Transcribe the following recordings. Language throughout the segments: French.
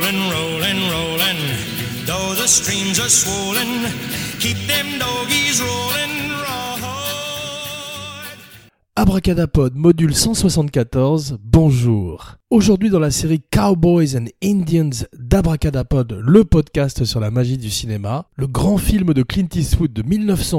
rollin', rollin', rollin'. Though the streams are swollen, keep them doggies rollin', rollin'. Abracadapod, module 174, bonjour. Aujourd'hui dans la série Cowboys and Indians d'Abracadapod, le podcast sur la magie du cinéma, le grand film de Clint Eastwood de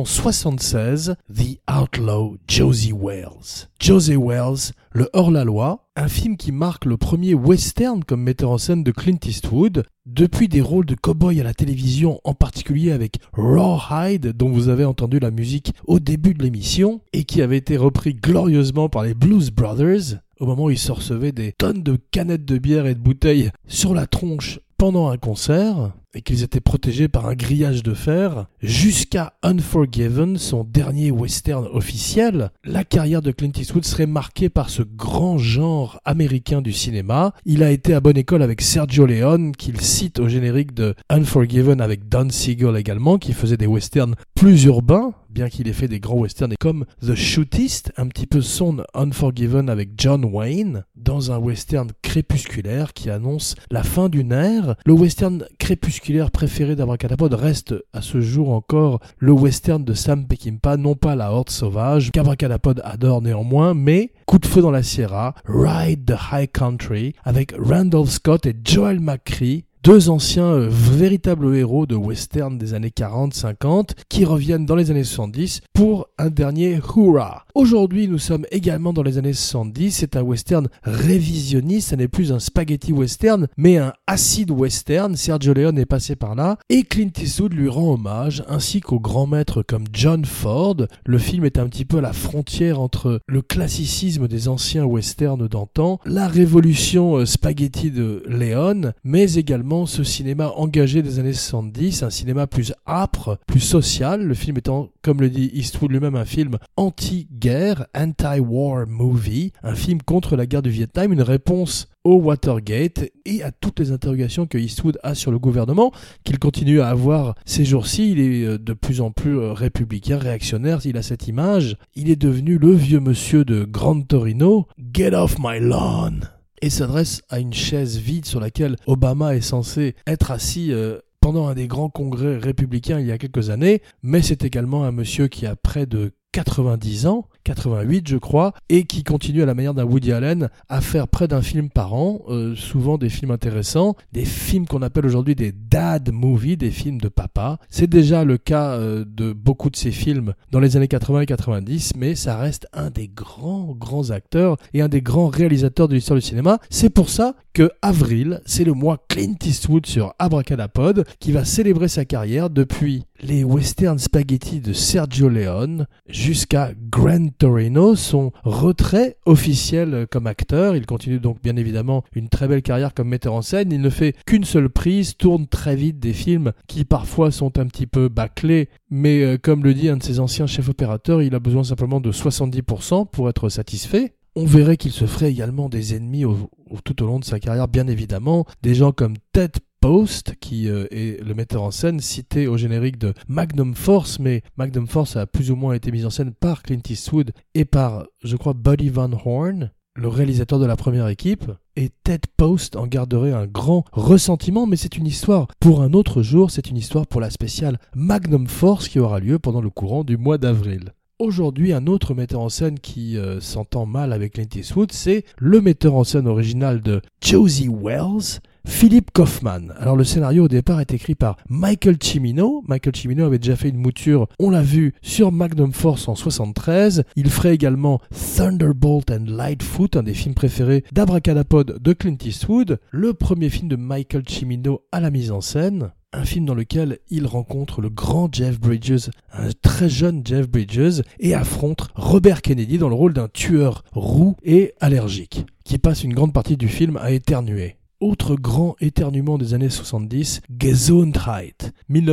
1976, The Outlaw Josey Wales. Josey Wales, le hors-la-loi, un film qui marque le premier western comme metteur en scène de Clint Eastwood, depuis des rôles de cow-boy à la télévision, en particulier avec Rawhide, dont vous avez entendu la musique au début de l'émission, et qui avait été repris glorieusement par les Blues Brothers, au moment où ils se recevaient des tonnes de canettes de bière et de bouteilles sur la tronche pendant un concert, et qu'ils étaient protégés par un grillage de fer, jusqu'à Unforgiven, son dernier western officiel. La carrière de Clint Eastwood serait marquée par ce grand genre américain du cinéma. Il a été à bonne école avec Sergio Leone, qu'il cite au générique de Unforgiven, avec Don Siegel également, qui faisait des westerns plus urbains, bien qu'il ait fait des grands westerns comme The Shootist, un petit peu son Unforgiven avec John Wayne, dans un western crépusculaire qui annonce la fin d'une ère. Le western crépusculaire préféré d'Abracadapod reste à ce jour encore le western de Sam Peckinpah, non pas La Horde Sauvage, qu'Abracadapod adore néanmoins, mais Coup de feu dans la Sierra, Ride the High Country, avec Randolph Scott et Joel McCrea, deux anciens véritables héros de western des années 40-50 qui reviennent dans les années 70 pour un dernier hurrah. Aujourd'hui, nous sommes également dans les années 70, c'est un western révisionniste, ça n'est plus un spaghetti western, mais un acid western. Sergio Leone est passé par là et Clint Eastwood lui rend hommage, ainsi qu'aux grands maîtres comme John Ford. Le film est un petit peu à la frontière entre le classicisme des anciens westerns d'antan, la révolution spaghetti de Leone, mais également ce cinéma engagé des années 70, un cinéma plus âpre, plus social, le film étant, comme le dit Eastwood lui-même, un film anti-guerre, anti-war movie, un film contre la guerre du Vietnam, une réponse au Watergate et à toutes les interrogations que Eastwood a sur le gouvernement, qu'il continue à avoir ces jours-ci. Il est de plus en plus républicain, réactionnaire, il a cette image, il est devenu le vieux monsieur de Gran Torino, « Get off my lawn !» et s'adresse à une chaise vide sur laquelle Obama est censé être assis pendant un des grands congrès républicains il y a quelques années, mais c'est également un monsieur qui a près de 90 ans, 88 je crois, et qui continue à la manière d'un Woody Allen à faire près d'un film par an, souvent des films intéressants, des films qu'on appelle aujourd'hui des dad movies, des films de papa. C'est déjà le cas de beaucoup de ces films dans les années 80 et 90, mais ça reste un des grands acteurs et un des grands réalisateurs de l'histoire du cinéma. C'est pour ça que avril, c'est le mois Clint Eastwood sur Abracadapod, qui va célébrer sa carrière depuis les western spaghetti de Sergio Leone jusqu'à Gran Torino, son retrait officiel comme acteur. Il continue donc bien évidemment une très belle carrière comme metteur en scène. Il ne fait qu'une seule prise, tourne très vite des films qui parfois sont un petit peu bâclés, mais comme le dit un de ses anciens chefs opérateurs, il a besoin simplement de 70% pour être satisfait. On verrait qu'il se ferait également des ennemis tout au long de sa carrière, bien évidemment. Des gens comme Ted Post, qui est le metteur en scène cité au générique de Magnum Force, mais Magnum Force a plus ou moins été mise en scène par Clint Eastwood et par, je crois, Buddy Van Horn, le réalisateur de la première équipe. Et Ted Post en garderait un grand ressentiment, mais c'est une histoire pour un autre jour, c'est une histoire pour la spéciale Magnum Force qui aura lieu pendant le courant du mois d'avril. Aujourd'hui, un autre metteur en scène qui s'entend mal avec Clint Eastwood, c'est le metteur en scène original de Josey Wales, Philip Kaufman. Alors le scénario au départ est écrit par Michael Cimino. Michael Cimino avait déjà fait une mouture, on l'a vu, sur Magnum Force en 73. Il ferait également Thunderbolt and Lightfoot, un des films préférés d'Abracadapod de Clint Eastwood, le premier film de Michael Cimino à la mise en scène. Un film dans lequel il rencontre le grand Jeff Bridges, un très jeune Jeff Bridges, et affronte Robert Kennedy dans le rôle d'un tueur roux et allergique, qui passe une grande partie du film à éternuer. Autre grand éternuement des années 70, Gesundheit,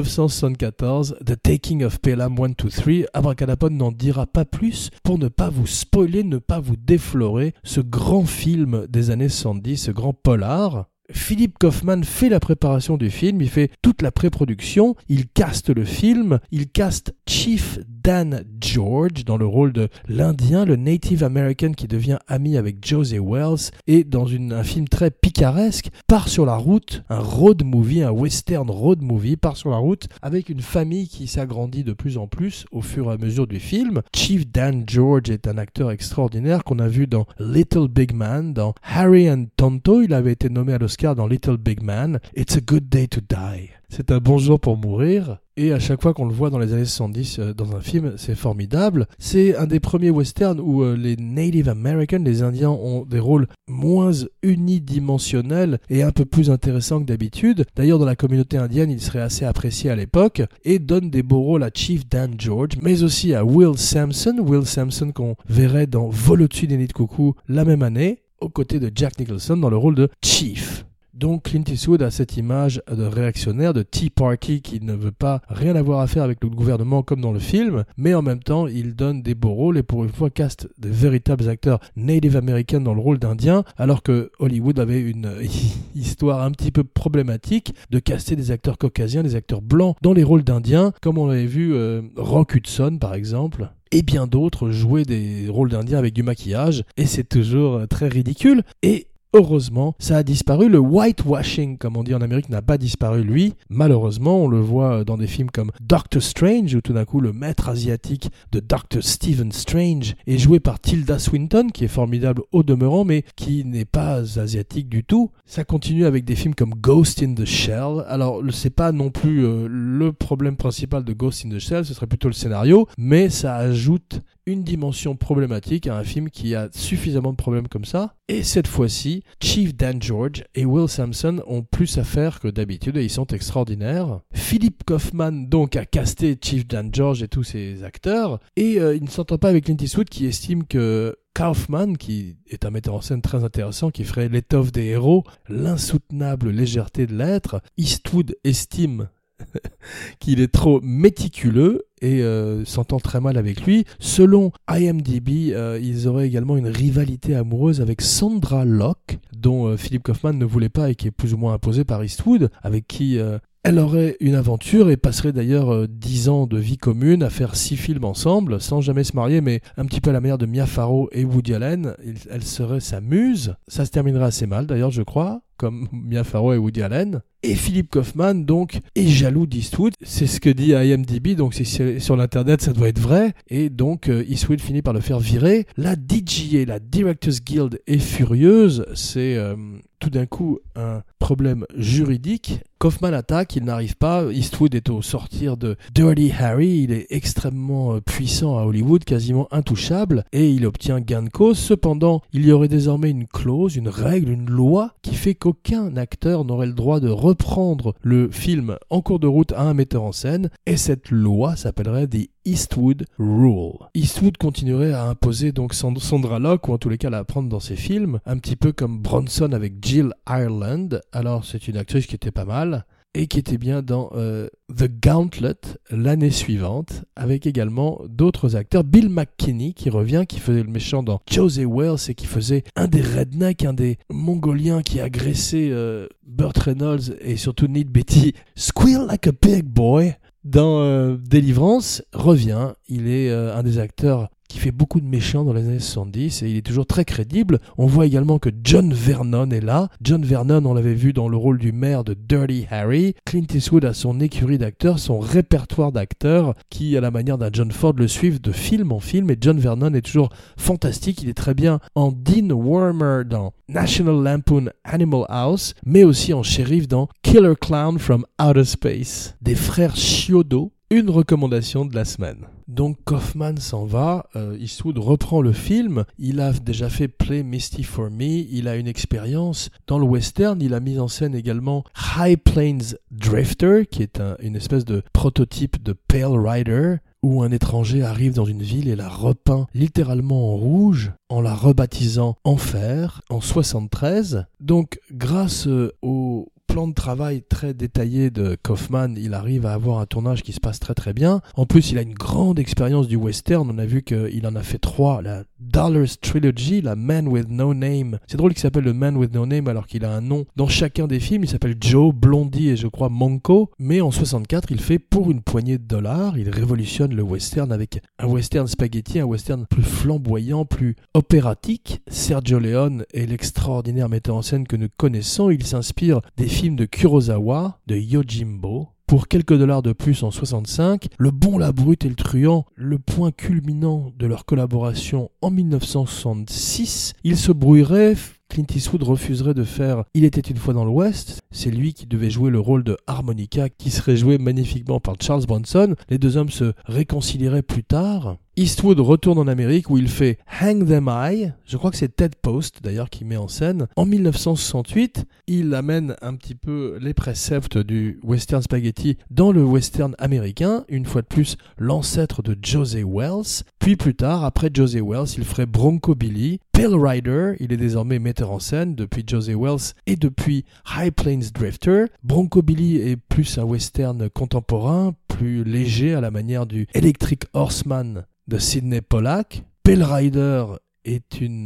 1974, The Taking of Pelham 1-2-3. Abracadapod n'en dira pas plus pour ne pas vous spoiler, ne pas vous déflorer ce grand film des années 70, ce grand polar. Philip Kaufman fait la préparation du film, il fait toute la pré-production, il caste le film, il caste Chief Dan George dans le rôle de l'Indien, le Native American qui devient ami avec Josey Wales et dans un film très picaresque, part sur la route, un road movie, un western road movie, part sur la route avec une famille qui s'agrandit de plus en plus au fur et à mesure du film. Chief Dan George est un acteur extraordinaire qu'on a vu dans Little Big Man, dans Harry and Tonto, il avait été nommé à l'Oscar dans Little Big Man, It's a Good Day to Die. C'est un bon jour pour mourir, et à chaque fois qu'on le voit dans les années 70 dans un film, c'est formidable. C'est un des premiers westerns où les Native Americans, les Indiens, ont des rôles moins unidimensionnels et un peu plus intéressants que d'habitude. D'ailleurs, dans la communauté indienne, il serait assez apprécié à l'époque, et donne des beaux rôles à Chief Dan George, mais aussi à Will Sampson qu'on verrait dans Vol au-dessus des nids de coucou la même année, aux côtés de Jack Nicholson dans le rôle de Chief. Donc Clint Eastwood a cette image de réactionnaire, de Tea Party qui ne veut pas rien avoir à faire avec le gouvernement comme dans le film, mais en même temps il donne des beaux rôles et pour une fois caste des véritables acteurs native américains dans le rôle d'Indien, alors que Hollywood avait une histoire un petit peu problématique de caster des acteurs caucasiens, des acteurs blancs dans les rôles d'Indiens, comme on avait vu Rock Hudson par exemple. Et bien d'autres jouer des rôles d'Indiens avec du maquillage, et c'est toujours très ridicule. Et heureusement, ça a disparu. Le whitewashing, comme on dit en Amérique, n'a pas disparu, lui. Malheureusement, on le voit dans des films comme Doctor Strange, où tout d'un coup, le maître asiatique de Dr. Stephen Strange est joué par Tilda Swinton, qui est formidable au demeurant, mais qui n'est pas asiatique du tout. Ça continue avec des films comme Ghost in the Shell. Alors, c'est pas non plus le problème principal de Ghost in the Shell, ce serait plutôt le scénario, mais ça ajoute une dimension problématique à un film qui a suffisamment de problèmes comme ça. Et cette fois-ci, Chief Dan George et Will Sampson ont plus à faire que d'habitude et ils sont extraordinaires. Philip Kaufman donc a casté Chief Dan George et tous ses acteurs et il ne s'entend pas avec Clint Eastwood qui estime que Kaufman, qui est un metteur en scène très intéressant, qui ferait l'étoffe des héros, l'insoutenable légèreté de l'être, Eastwood estime qu'il est trop méticuleux et s'entend très mal avec lui. Selon IMDb, ils auraient également une rivalité amoureuse avec Sandra Locke, dont Philip Kaufman ne voulait pas et qui est plus ou moins imposée par Eastwood, avec qui elle aurait une aventure et passerait d'ailleurs 10 ans de vie commune à faire 6 films ensemble, sans jamais se marier, mais un petit peu à la manière de Mia Farrow et Woody Allen. Elle serait sa muse. Ça se terminerait assez mal d'ailleurs, je crois, comme Mia Farrow et Woody Allen. Et Philip Kaufman, donc, est jaloux d'Eastwood. C'est ce que dit IMDb, donc si c'est sur l'internet, ça doit être vrai. Et donc, Eastwood finit par le faire virer. La DGA, la Directors Guild, est furieuse. C'est tout d'un coup un problème juridique. Kaufman attaque, il n'arrive pas. Eastwood est au sortir de Dirty Harry. Il est extrêmement puissant à Hollywood, quasiment intouchable. Et il obtient gain de cause. Cependant, il y aurait désormais une clause, une règle, une loi qui fait qu'aucun acteur n'aurait le droit de reprendre le film en cours de route à un metteur en scène, et cette loi s'appellerait The Eastwood Rule. Eastwood continuerait à imposer donc Sandra Locke, ou en tous les cas la prendre dans ses films, un petit peu comme Bronson avec Jill Ireland. Alors c'est une actrice qui était pas mal, et qui était bien dans The Gauntlet l'année suivante, avec également d'autres acteurs. Bill McKinney qui revient, qui faisait le méchant dans Josey Wales et qui faisait un des rednecks, un des mongoliens qui agressait Burt Reynolds et surtout Need Betty. Squeal like a big boy dans Délivrance, revient. Il est un des acteurs qui fait beaucoup de méchants dans les années 70 et il est toujours très crédible. On voit également que John Vernon est là. John Vernon, on l'avait vu dans le rôle du maire de Dirty Harry. Clint Eastwood a son écurie d'acteurs, son répertoire d'acteurs qui, à la manière d'un John Ford, le suivent de film en film, et John Vernon est toujours fantastique. Il est très bien en Dean Wormer dans National Lampoon Animal House, mais aussi en shérif dans Killer Clown from Outer Space, des frères Chiodo. Une recommandation de la semaine. Donc Kaufman s'en va, Eastwood reprend le film, il a déjà fait Play Misty for Me, il a une expérience dans le western, il a mis en scène également High Plains Drifter, qui est une espèce de prototype de Pale Rider, où un étranger arrive dans une ville et la repeint littéralement en rouge, en la rebaptisant Enfer, en 73. Donc grâce au plan de travail très détaillé de Kaufman, il arrive à avoir un tournage qui se passe très très bien. En plus, il a une grande expérience du western. On a vu qu'il en a fait 3. La Dollars Trilogy, la Man with No Name. C'est drôle qu'il s'appelle le Man with No Name alors qu'il a un nom dans chacun des films. Il s'appelle Joe, Blondie et je crois Monko. Mais en 64, il fait pour une poignée de dollars. Il révolutionne le western avec un western spaghetti, un western plus flamboyant, plus opératique. Sergio Leone est l'extraordinaire metteur en scène que nous connaissons. Il s'inspire des films de Kurosawa, de Yojimbo. Pour quelques dollars de plus en 65, Le Bon, la Brute et le Truand, le point culminant de leur collaboration en 1966, ils se brouilleraient. Clint Eastwood refuserait de faire Il était une fois dans l'Ouest. C'est lui qui devait jouer le rôle de harmonica qui serait joué magnifiquement par Charles Bronson. Les deux hommes se réconcilieraient plus tard. Eastwood retourne en Amérique où il fait Hang Them High. Je crois que c'est Ted Post d'ailleurs qui met en scène. En 1968, il amène un petit peu les préceptes du western spaghetti dans le western américain. Une fois de plus, l'ancêtre de Josey Wales. Puis plus tard, après Josey Wales, il ferait Bronco Billy. Pale Rider, il est désormais metteur en scène depuis Josey Wales et depuis High Plains Drifter. Bronco Billy est plus un western contemporain, plus léger à la manière du Electric Horseman de Sidney Pollack. Pale Rider est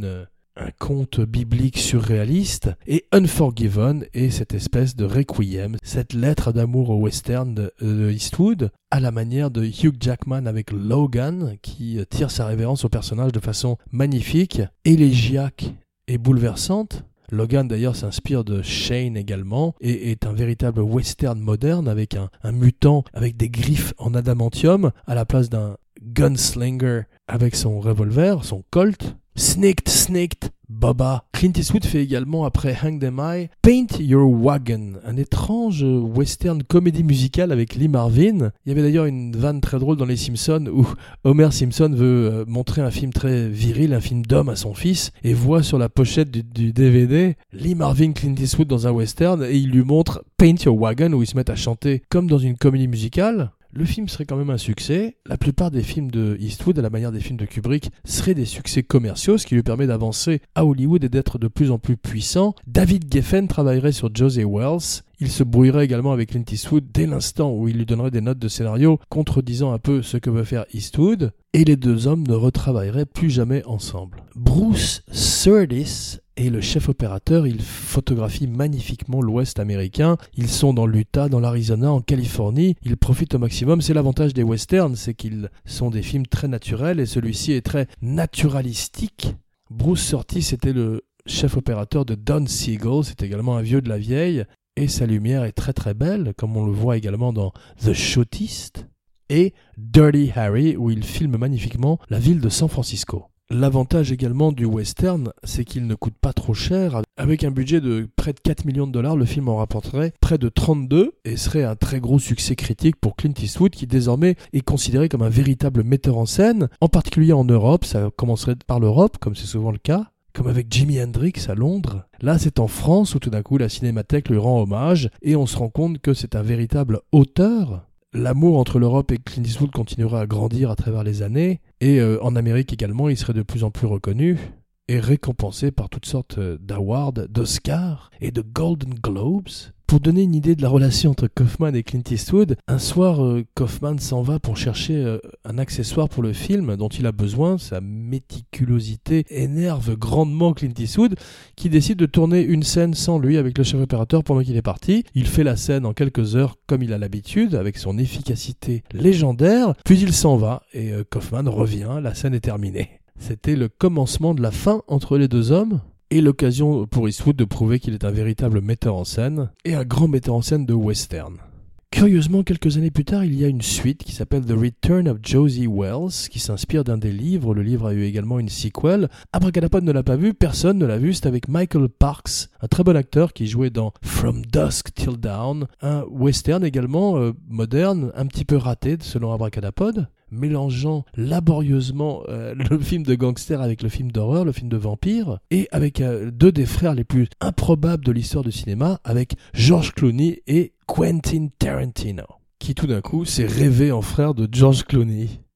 un conte biblique surréaliste et Unforgiven est cette espèce de requiem, cette lettre d'amour au western de Eastwood à la manière de Hugh Jackman avec Logan qui tire sa révérence au personnage de façon magnifique, élégiaque et bouleversante. Logan d'ailleurs s'inspire de Shane également et est un véritable western moderne avec un mutant avec des griffes en adamantium à la place d'un gunslinger avec son revolver, son Colt. Snicked, Baba. Clint Eastwood fait également, après Hang Them High, Paint Your Wagon, un étrange western comédie musicale avec Lee Marvin. Il y avait d'ailleurs une vanne très drôle dans Les Simpsons où Homer Simpson veut montrer un film très viril, un film d'homme à son fils, et voit sur la pochette du DVD Lee Marvin, Clint Eastwood dans un western, et il lui montre Paint Your Wagon où ils se mettent à chanter comme dans une comédie musicale. Le film serait quand même un succès. La plupart des films de Eastwood, à la manière des films de Kubrick, seraient des succès commerciaux, ce qui lui permet d'avancer à Hollywood et d'être de plus en plus puissant. David Geffen travaillerait sur Josey Wales. Il se brouillerait également avec Clint Eastwood dès l'instant où il lui donnerait des notes de scénario contredisant un peu ce que veut faire Eastwood. Et les deux hommes ne retravailleraient plus jamais ensemble. Bruce Surdis est le chef opérateur. Il photographie magnifiquement l'Ouest américain. Ils sont dans l'Utah, dans l'Arizona, en Californie. Ils profitent au maximum. C'est l'avantage des westerns, c'est qu'ils sont des films très naturels et celui-ci est très naturalistique. Bruce Surdis était le chef opérateur de Don Siegel. C'est également un vieux de la vieille. Et sa lumière est très très belle, comme on le voit également dans The Shotist et Dirty Harry, où il filme magnifiquement la ville de San Francisco. L'avantage également du western, c'est qu'il ne coûte pas trop cher. Avec un budget de près de 4 millions de dollars, le film en rapporterait près de 32 et serait un très gros succès critique pour Clint Eastwood qui désormais est considéré comme un véritable metteur en scène, en particulier en Europe. Ça commencerait par l'Europe, comme c'est souvent le cas. Comme avec Jimi Hendrix à Londres. Là, c'est en France où tout d'un coup la Cinémathèque lui rend hommage et on se rend compte que c'est un véritable auteur. L'amour entre l'Europe et Clint Eastwood continuera à grandir à travers les années et en Amérique également, il serait de plus en plus reconnu et récompensé par toutes sortes d'awards, d'Oscars et de Golden Globes. Pour donner une idée de la relation entre Kaufman et Clint Eastwood, un soir, Kaufman s'en va pour chercher un accessoire pour le film dont il a besoin. Sa méticulosité énerve grandement Clint Eastwood, qui décide de tourner une scène sans lui avec le chef opérateur pendant qu'il est parti. Il fait la scène en quelques heures comme il a l'habitude, avec son efficacité légendaire, puis il s'en va et Kaufman revient, la scène est terminée. C'était le commencement de la fin entre les deux hommes. Et l'occasion pour Eastwood de prouver qu'il est un véritable metteur en scène et un grand metteur en scène de western. Curieusement, quelques années plus tard, il y a une suite qui s'appelle The Return of Josey Wales, qui s'inspire d'un des livres. Le livre a eu également une sequel. Abracadapod ne l'a pas vu, personne ne l'a vu. C'est avec Michael Parks, un très bon acteur qui jouait dans From Dusk Till Dawn, un western également moderne, un petit peu raté selon Abracadapod, mélangeant laborieusement le film de gangster avec le film d'horreur, le film de vampire, et avec deux des frères les plus improbables de l'histoire du cinéma, avec George Clooney et Quentin Tarantino, qui tout d'un coup s'est rêvé en frère de George Clooney.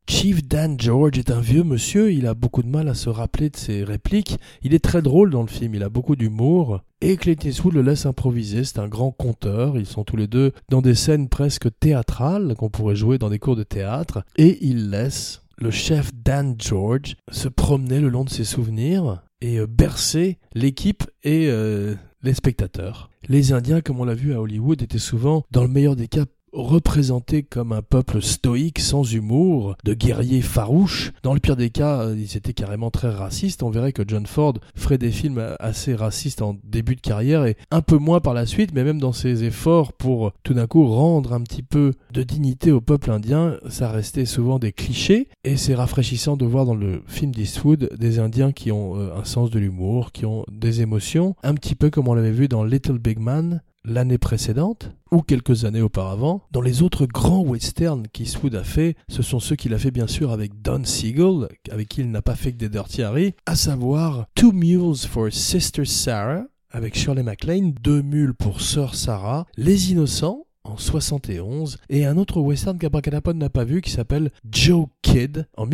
Chief Dan George est un vieux monsieur, il a beaucoup de mal à se rappeler de ses répliques. Il est très drôle dans le film, il a beaucoup d'humour. Et Clint Eastwood le laisse improviser, c'est un grand conteur. Ils sont tous les deux dans des scènes presque théâtrales qu'on pourrait jouer dans des cours de théâtre. Et il laisse le chef Dan George se promener le long de ses souvenirs et bercer l'équipe et les spectateurs. Les Indiens, comme on l'a vu à Hollywood, étaient souvent, dans le meilleur des cas, représentés comme un peuple stoïque, sans humour, de guerriers farouches. Dans le pire des cas, ils étaient carrément très racistes. On verrait que John Ford ferait des films assez racistes en début de carrière et un peu moins par la suite, mais même dans ses efforts pour tout d'un coup rendre un petit peu de dignité au peuple indien, ça restait souvent des clichés. Et c'est rafraîchissant de voir dans le film d'Eastwood des Indiens qui ont un sens de l'humour, qui ont des émotions, un petit peu comme on l'avait vu dans Little Big Man, l'année précédente, ou quelques années auparavant. Dans les autres grands westerns qu'Eastwood a fait, ce sont ceux qu'il a fait bien sûr avec Don Siegel, avec qui il n'a pas fait que des Dirty Harry, à savoir Two Mules for Sister Sarah, avec Shirley MacLaine, 2 mules pour Sœur Sarah, Les Innocents, en 71, et un autre western qu'Abracadapod n'a pas vu qui s'appelle Joe Kidd en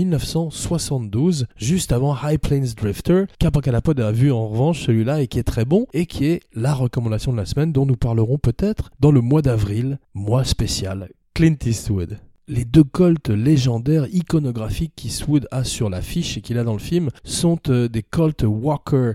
1972, juste avant High Plains Drifter, qu'Abracadapod a vu en revanche celui-là et qui est très bon, et qui est la recommandation de la semaine dont nous parlerons peut-être dans le mois d'avril, mois spécial Clint Eastwood. Les 2 Colts légendaires, iconographiques qu'Eastwood a sur l'affiche et qu'il a dans le film sont des Colt Walker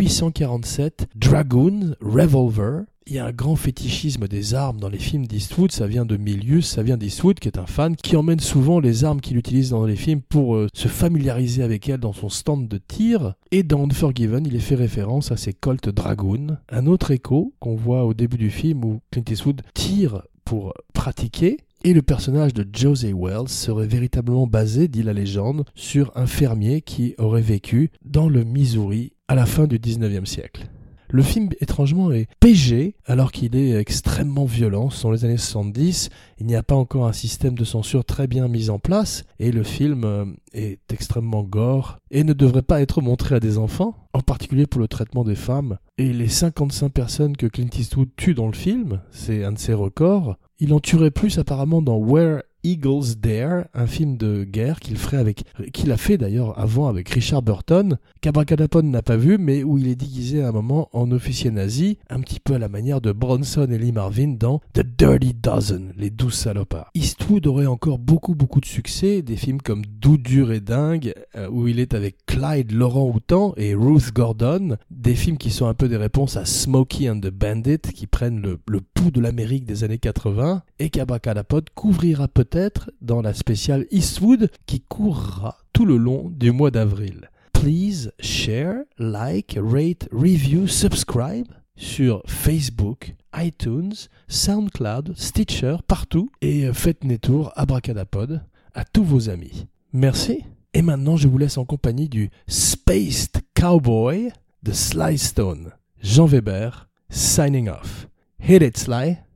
1847 Dragoon Revolver. Il y a un grand fétichisme des armes dans les films d'Eastwood, ça vient de Milius, ça vient d'Eastwood qui est un fan, qui emmène souvent les armes qu'il utilise dans les films pour se familiariser avec elles dans son stand de tir. Et dans Unforgiven, il est fait référence à ces Colt Dragoon. Un autre écho qu'on voit au début du film où Clint Eastwood tire pour pratiquer. Et le personnage de Josey Wells serait véritablement basé, dit la légende, sur un fermier qui aurait vécu dans le Missouri à la fin du 19e siècle. Le film, étrangement, est PG, alors qu'il est extrêmement violent. Ce sont les années 70, il n'y a pas encore un système de censure très bien mis en place, et le film est extrêmement gore, et ne devrait pas être montré à des enfants, en particulier pour le traitement des femmes. Et les 55 personnes que Clint Eastwood tue dans le film, c'est un de ses records. Il en tuerait plus apparemment dans Where Eagles Dare, un film de guerre qu'il a fait d'ailleurs avant avec Richard Burton, qu'Abracadapod n'a pas vu, mais où il est déguisé à un moment en officier nazi, un petit peu à la manière de Bronson et Lee Marvin dans The Dirty Dozen, les 12 salopards. Eastwood aurait encore beaucoup de succès, des films comme Doux, dur et dingue, où il est avec Clyde Laurent-Houtan et Ruth Gordon, des films qui sont un peu des réponses à Smokey and the Bandit, qui prennent le pouls de l'Amérique des années 80, et qu'Abracadapod couvrira peut-être dans la spéciale Eastwood qui courra tout le long du mois d'avril. Please share, like, rate, review, subscribe sur Facebook, iTunes, SoundCloud, Stitcher, partout, et faites des tours Abracadapod à tous vos amis. Merci. Et maintenant, je vous laisse en compagnie du Spaced Cowboy de Sly Stone. Jean Weber, signing off. Hit it, Sly.